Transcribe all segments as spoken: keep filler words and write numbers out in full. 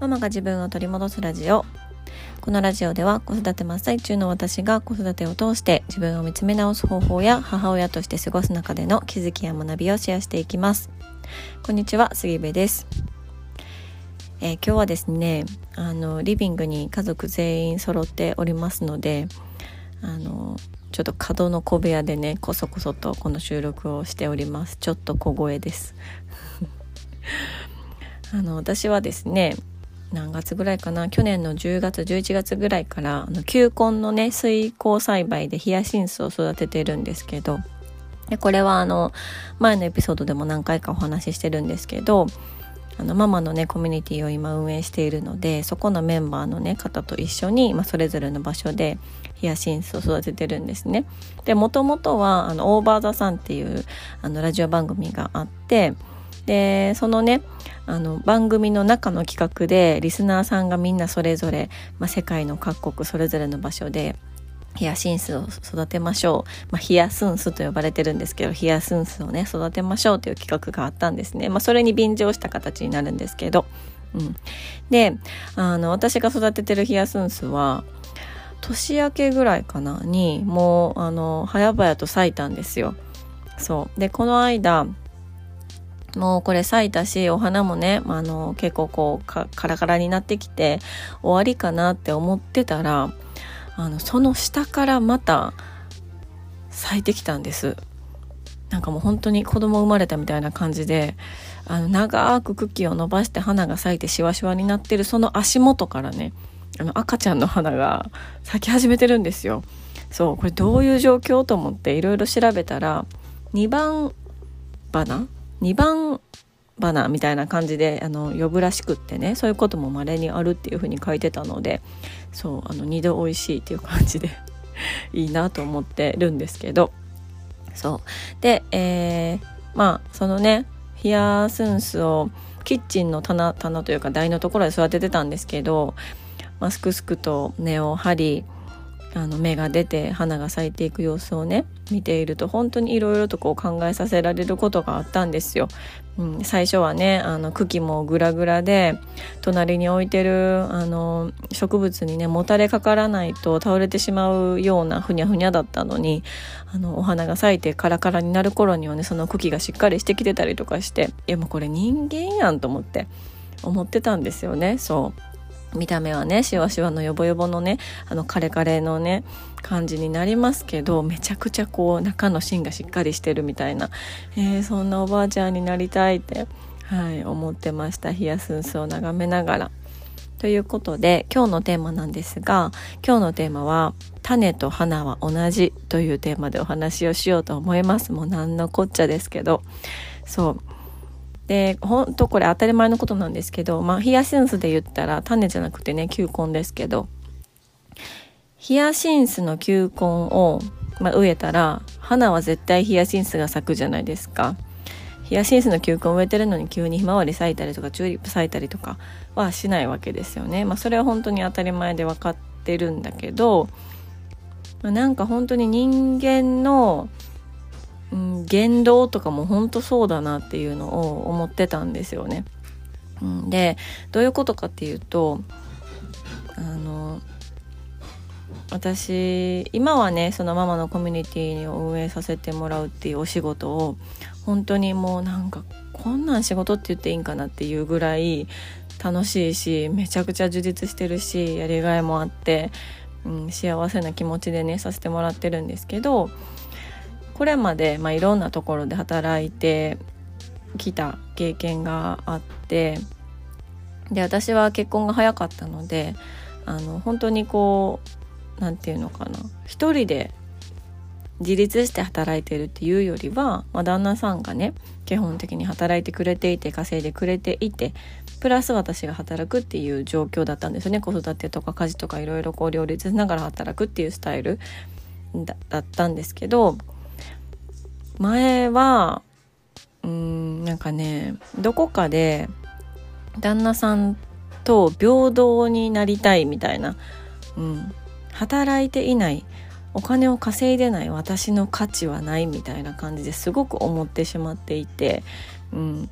ママが自分を取り戻すラジオ。このラジオでは子育て真っ最中の私が子育てを通して自分を見つめ直す方法や母親として過ごす中での気づきや学びをシェアしていきます。こんにちは、杉部です。えー、今日はですねあのリビングに家族全員揃っておりますので、あのちょっと角の小部屋でねこそこそとこの収録をしております。ちょっと小声ですあの私はですね何月ぐらいかな去年のじゅうがつじゅういちがつぐらいからあの球根のね水耕栽培でヒヤシンスを育ててるんですけど、でこれはあの前のエピソードでも何回かお話ししてるんですけど、あのママのねコミュニティを今運営しているので、そこのメンバーのね方と一緒に、まあ、それぞれの場所でヒヤシンスを育ててるんですね。でもともとはあのオーバーザさんっていうあのラジオ番組があって、でそのねあの番組の中の企画でリスナーさんがみんなそれぞれ、まあ、世界の各国それぞれの場所でヒヤシンスを育てましょう、まあ、ヒヤスンスと呼ばれてるんですけど、ヒヤスンスをね育てましょうという企画があったんですね。まあ、それに便乗した形になるんですけど、うん、であの私が育ててるヒヤスンスは年明けぐらいかなにもうあの早々と咲いたんですよ。そうでこの間もうこれ咲いたし、お花もねあの結構こうかカラカラになってきて終わりかなって思ってたら、あのその下からまた咲いてきたんです。なんかもう本当に子供生まれたみたいな感じで、あの長く茎を伸ばして花が咲いてシワシワになってるその足元からねあの赤ちゃんの花が咲き始めてるんですよ。そうこれどういう状況と思っていろいろ調べたら、にばん花にばん花みたいな感じであの呼ぶらしくってね、そういうことも稀にあるっていう風に書いてたので、そうあの二度おいしいっていう感じでいいなと思ってるんですけど、そうで、えー、まあそのねヒヤスンスをキッチンの棚棚というか台のところで育ててたんですけど、まあ、すくすくと根を張りあの芽が出て花が咲いていく様子をね見ていると、本当にいろいろとこう考えさせられることがあったんですよ。うん、最初はねあの茎もグラグラで隣に置いてるあの植物にねもたれかからないと倒れてしまうようなふにゃふにゃだったのに、あのお花が咲いてカラカラになる頃にはねその茎がしっかりしてきてたりとかして、いやもうこれ人間やんと思って思ってたんですよね。そう見た目はねシワシワのヨボヨボのねあのカレカレのね感じになりますけど、めちゃくちゃこう中の芯がしっかりしてるみたいな、えー、そんなおばあちゃんになりたいって、はい、思ってました。ヒヤスンスを眺めながら。ということで今日のテーマなんですが、今日のテーマは種と花は同じというテーマでお話をしようと思います。もうなんのこっちゃですけど、そうでほんとこれ当たり前のことなんですけど、まあヒヤシンスで言ったら種じゃなくてね球根ですけど、ヒヤシンスの球根を、まあ、植えたら花は絶対ヒヤシンスが咲くじゃないですか。ヒヤシンスの球根を植えてるのに急にひまわり咲いたりとかチューリップ咲いたりとかはしないわけですよね。まあそれは本当に当たり前で分かってるんだけど、まあ、なんか本当に人間のうん、言動とかも本当そうだなっていうのを思ってたんですよね。うん、でどういうことかっていうと、あの私今はねそのママのコミュニティを運営させてもらうっていうお仕事を本当にもうなんかこんなん仕事って言っていいんかなっていうぐらい楽しいし、めちゃくちゃ充実してるしやりがいもあって、うん、幸せな気持ちでねさせてもらってるんですけど、これまで、まあ、いろんなところで働いてきた経験があって、で私は結婚が早かったのであの本当にこうなんていうのかな一人で自立して働いてるっていうよりは、まあ、旦那さんがね基本的に働いてくれていて稼いでくれていてプラス私が働くっていう状況だったんですよね。子育てとか家事とかいろいろこう両立しながら働くっていうスタイル だ, だったんですけど、前はうーんなんかねどこかで旦那さんと平等になりたいみたいな、うん、働いていないお金を稼いでない私の価値はないみたいな感じですごく思ってしまっていて、うん、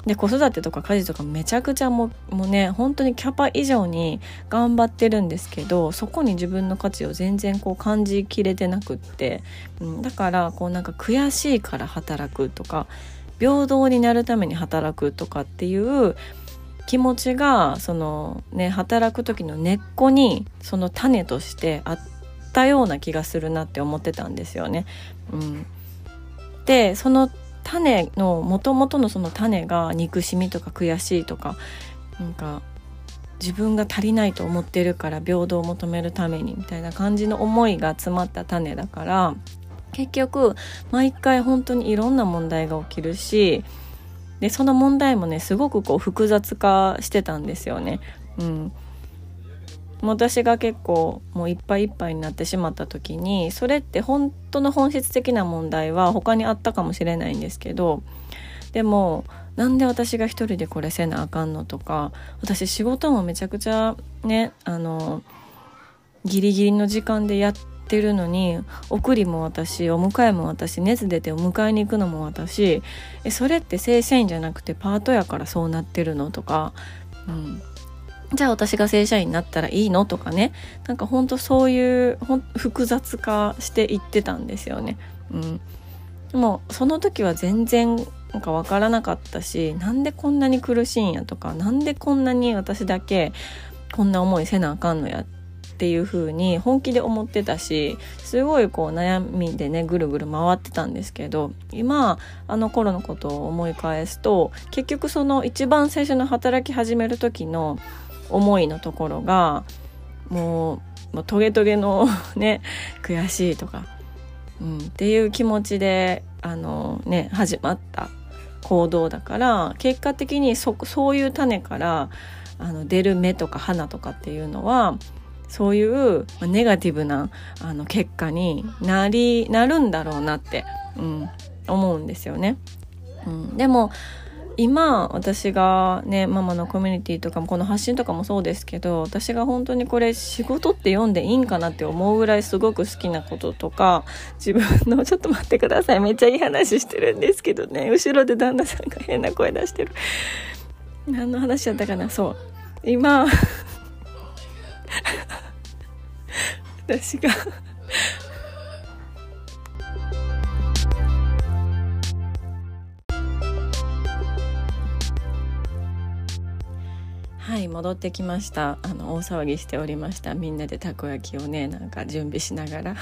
で子育てとか家事とかめちゃくちゃもう、もうね本当にキャパ以上に頑張ってるんですけど、そこに自分の価値を全然こう感じきれてなくって、うん、だからこうなんか悔しいから働くとか平等になるために働くとかっていう気持ちがそのね働く時の根っこにその種としてあったような気がするなって思ってたんですよね。うん、でその種の元々のその種が憎しみとか悔しいとかなんか自分が足りないと思ってるから平等を求めるためにみたいな感じの思いが詰まった種だから、結局毎回本当にいろんな問題が起きるし、でその問題もねすごくこう複雑化してたんですよね。うん、私が結構もういっぱいいっぱいになってしまった時に、それって本当の本質的な問題は他にあったかもしれないんですけど、でもなんで私が一人でこれせなあかんのとか、私仕事もめちゃくちゃねあのギリギリの時間でやってるのに、送りも私、お迎えも私、熱出てお迎えに行くのも私、えそれって正社員じゃなくてパートやからそうなってるのとか、うん、じゃあ私が正社員になったらいいのとかね、なんか本当そういうほん複雑化していってたんですよね。うん、でもその時は全然なんか分からなかったし、なんでこんなに苦しいんやとか、なんでこんなに私だけこんな思いせなあかんのやっていう風に本気で思ってたし、すごいこう悩みでねぐるぐる回ってたんですけど、今あの頃のことを思い返すと、結局その一番最初の働き始める時の思いのところがもう、もうトゲトゲのね悔しいとか、うん、っていう気持ちであのね始まった行動だから、結果的に そ, そういう種からあの出る芽とか花とかっていうのはそういうネガティブなあの結果になりなるんだろうなって、うん、思うんですよね。うん、でも今私がねママのコミュニティとかもこの発信とかもそうですけど、私が本当にこれ仕事って読んでいいんかなって思うぐらいすごく好きなこととか、自分のちょっと待ってください、めっちゃいい話してるんですけどね、後ろで旦那さんが変な声出してる。何の話だったかな。そう今私がはい戻ってきました。あの大騒ぎしておりました。みんなでたこ焼きをねなんか準備しながら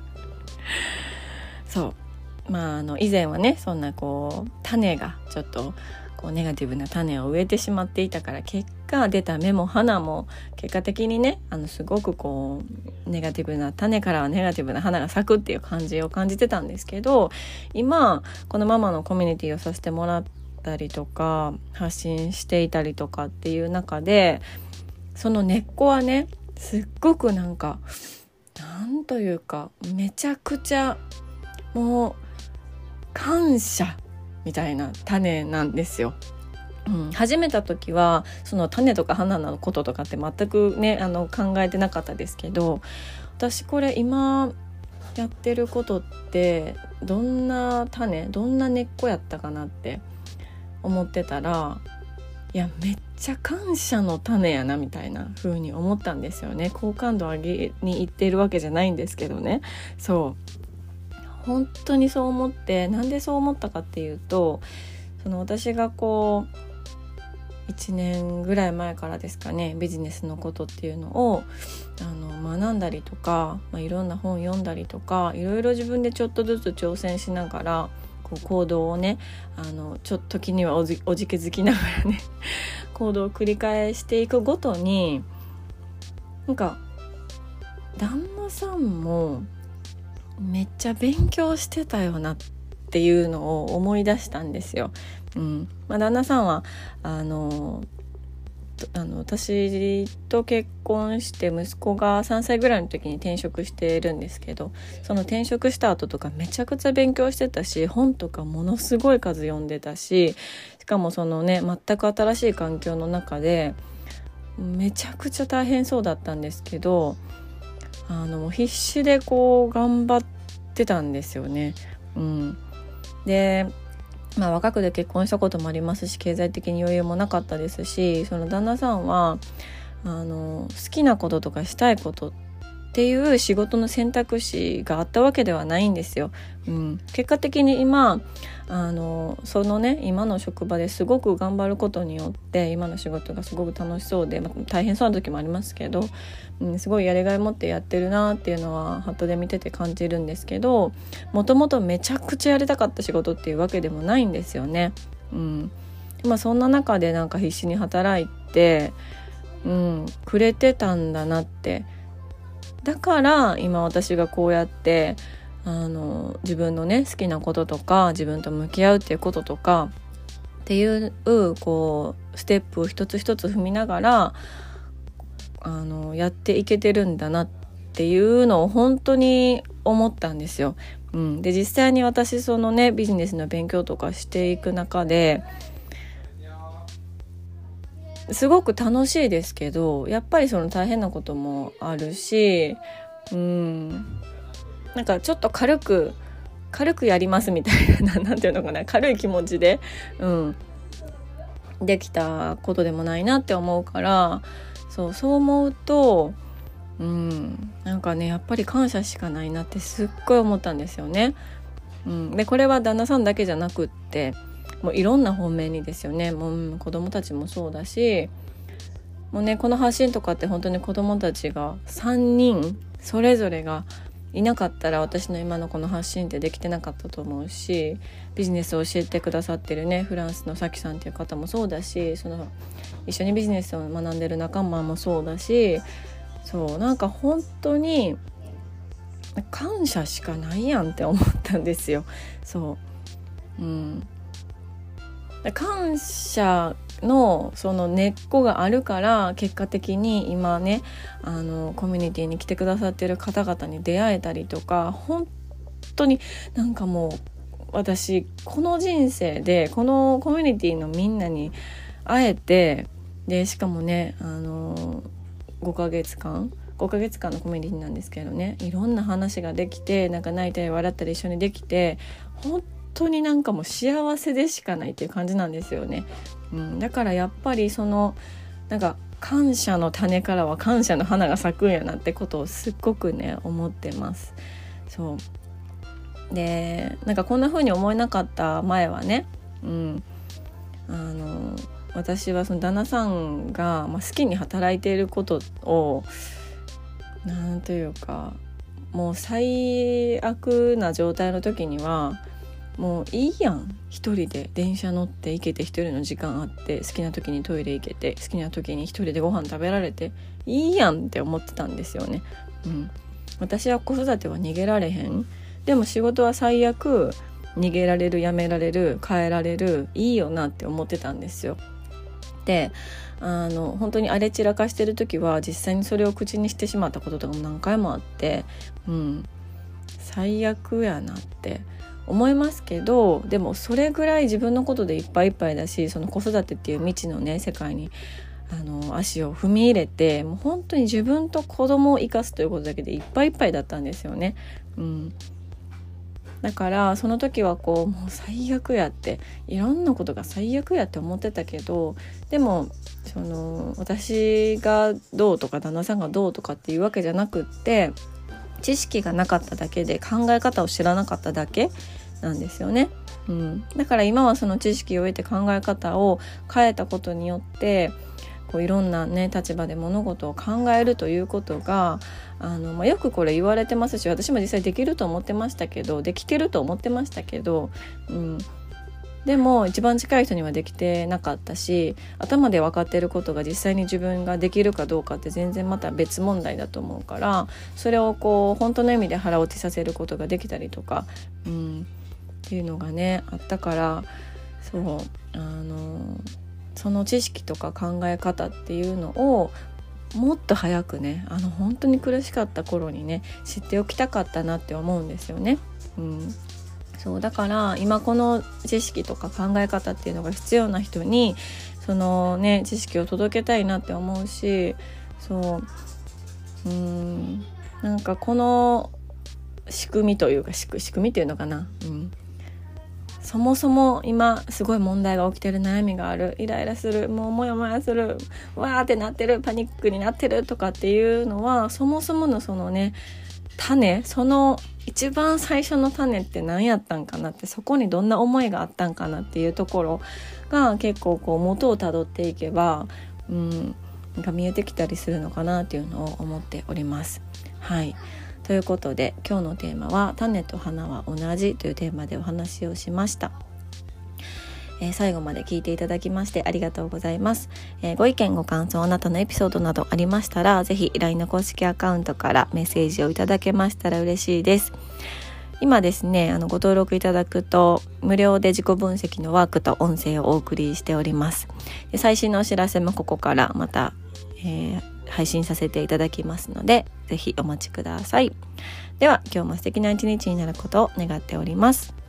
そうまああの以前はねそんなこう種がちょっとこうネガティブな種を植えてしまっていたから、結果出た芽も花も結果的にねあのすごくこうネガティブな種からはネガティブな花が咲くっていう感じを感じてたんですけど、今このママのコミュニティをさせてもらったりとか発信していたりとかっていう中で、その根っこはねすっごくなんかなんというかめちゃくちゃもう感謝みたいな種なんですよ。うん、始めた時はその種とか花のこととかって全くねあの考えてなかったですけど、私これ今やってることってどんな種どんな根っこやったかなって思ってたら、いやめっちゃ感謝の種やなみたいな風に思ったんですよね。好感度上げに行っているわけじゃないんですけどね。そう本当にそう思って、なんでそう思ったかっていうと、その私がこういちねんぐらい前からですかね、ビジネスのことっていうのをあの学んだりとか、まあ、いろんな本読んだりとか、いろいろ自分でちょっとずつ挑戦しながらこう行動をねあのちょっと時にはおじ、おじけづきながらね行動を繰り返していくごとに、なんか旦那さんもめっちゃ勉強してたよなっていうのを思い出したんですよ。うんまあ、旦那さんはあのあの私と結婚して息子がさんさいぐらいの時に転職してるんですけど、その転職した後とかめちゃくちゃ勉強してたし、本とかものすごい数読んでたし、しかもそのね全く新しい環境の中でめちゃくちゃ大変そうだったんですけど、あの必死でこう頑張ってたんですよね。うん、でまあ、若くで結婚したこともありますし、経済的に余裕もなかったですし、その旦那さんはあの好きなこととかしたいことっていう仕事の選択肢があったわけではないんですよ、うん、結果的に今あのそのね今の職場ですごく頑張ることによって今の仕事がすごく楽しそうで、まあ、大変そうな時もありますけど、うん、すごいやりがい持ってやってるなっていうのはハットで見てて感じるんですけど、もともとめちゃくちゃやりたかった仕事っていうわけでもないんですよね、うんまあ、そんな中でなんか必死に働いて、うん、くれてたんだなって、だから今私がこうやってあの自分のね好きなこととか自分と向き合うっていうこととかっていうこうステップを一つ一つ踏みながらあのやっていけてるんだなっていうのを本当に思ったんですよ、うん、で実際に私そのねビジネスの勉強とかしていく中ですごく楽しいですけど、やっぱりその大変なこともあるし、うんなんかちょっと軽く軽くやりますみたいななんていうのかな、軽い気持ちで、うん、できたことでもないなって思うから、そうそう思うと、うん、なんかねやっぱり感謝しかないなってすっごい思ったんですよね、うん、でこれは旦那さんだけじゃなくってもういろんな方面にですよね。もう子供たちもそうだし、もうねこの発信とかって本当に子供たちがさんにんそれぞれがいなかったら私の今のこの発信ってできてなかったと思うし、ビジネスを教えてくださってるねフランスのさきさんっていう方もそうだし、その一緒にビジネスを学んでる仲間もそうだし、そうなんか本当に感謝しかないやんって思ったんですよ。そう、うん、感謝のその根っこがあるから結果的に今ねあのコミュニティに来てくださっている方々に出会えたりとか、本当になんかもう私この人生でこのコミュニティのみんなに会えて、でしかもねあのごかげつかんごかげつかんのコミュニティなんですけどね、いろんな話ができて、なんか泣いたり笑ったり一緒にできて、本当になんかもう幸せでしかないっていう感じなんですよね、うん、だからやっぱりそのなんか感謝の種からは感謝の花が咲くんやなってことをすっごくね思ってます。そうでなんかこんな風に思えなかった前はね、うん、あの私はその旦那さんが、まあ、好きに働いていることをなんというかもう最悪な状態の時にはもういいやん、一人で電車乗って行けて、一人の時間あって好きな時にトイレ行けて好きな時に一人でご飯食べられていいやんって思ってたんですよね、うん、私は子育ては逃げられへん、でも仕事は最悪逃げられる、やめられる、変えられる、いいよなって思ってたんですよ。であの本当に荒れ散らかしてる時は実際にそれを口にしてしまったこととかも何回もあって、うん、最悪やなって思いますけど、でもそれぐらい自分のことでいっぱいいっぱいだし、その子育てっていう未知のね世界にあの足を踏み入れて、もう本当に自分と子供を生かすということだけでいっぱいいっぱいだったんですよね、うん、だからその時はこうもう最悪やって、いろんなことが最悪やって思ってたけど、でもその私がどうとか旦那さんがどうとかっていうわけじゃなくって、知識がなかっただけで考え方を知らなかっただけなんですよね、うん、だから今はその知識を得て考え方を変えたことによってこういろんなね立場で物事を考えるということがあの、まあ、よくこれ言われてますし、私も実際できると思ってましたけどできてると思ってましたけど、うん、でも一番近い人にはできてなかったし、頭で分かってることが実際に自分ができるかどうかって全然また別問題だと思うから、それをこう本当の意味で腹落ちさせることができたりとか、うん、っていうのがねあったから、そうあのその知識とか考え方っていうのをもっと早くねあの本当に苦しかった頃にね知っておきたかったなって思うんですよね、うん、そうだから今この知識とか考え方っていうのが必要な人にそのね知識を届けたいなって思うし、そううーんなんかこの仕組みというか仕組みっていうのかな、うん、 そもそも今すごい問題が起きてる、悩みがある、イライラする、もうモヤモヤする、わーってなってる、パニックになってるとかっていうのは、そもそものそのね種、その一番最初の種って何やったんかなって、そこにどんな思いがあったんかなっていうところが結構こう元をたどっていけば、うん、なんか見えてきたりするのかなっていうのを思っております。はい、ということで今日のテーマは種と花は同じというテーマでお話をしました。えー、最後まで聞いていただきましてありがとうございます。えー、ご意見ご感想、あなたのエピソードなどありましたら、ぜひ ライン の公式アカウントからメッセージをいただけましたら嬉しいです。今ですね、あのご登録いただくと無料で自己分析のワークと音声をお送りしております。で、最新のお知らせもここからまた、えー、配信させていただきますので、ぜひお待ちください。では今日も素敵な一日になることを願っております。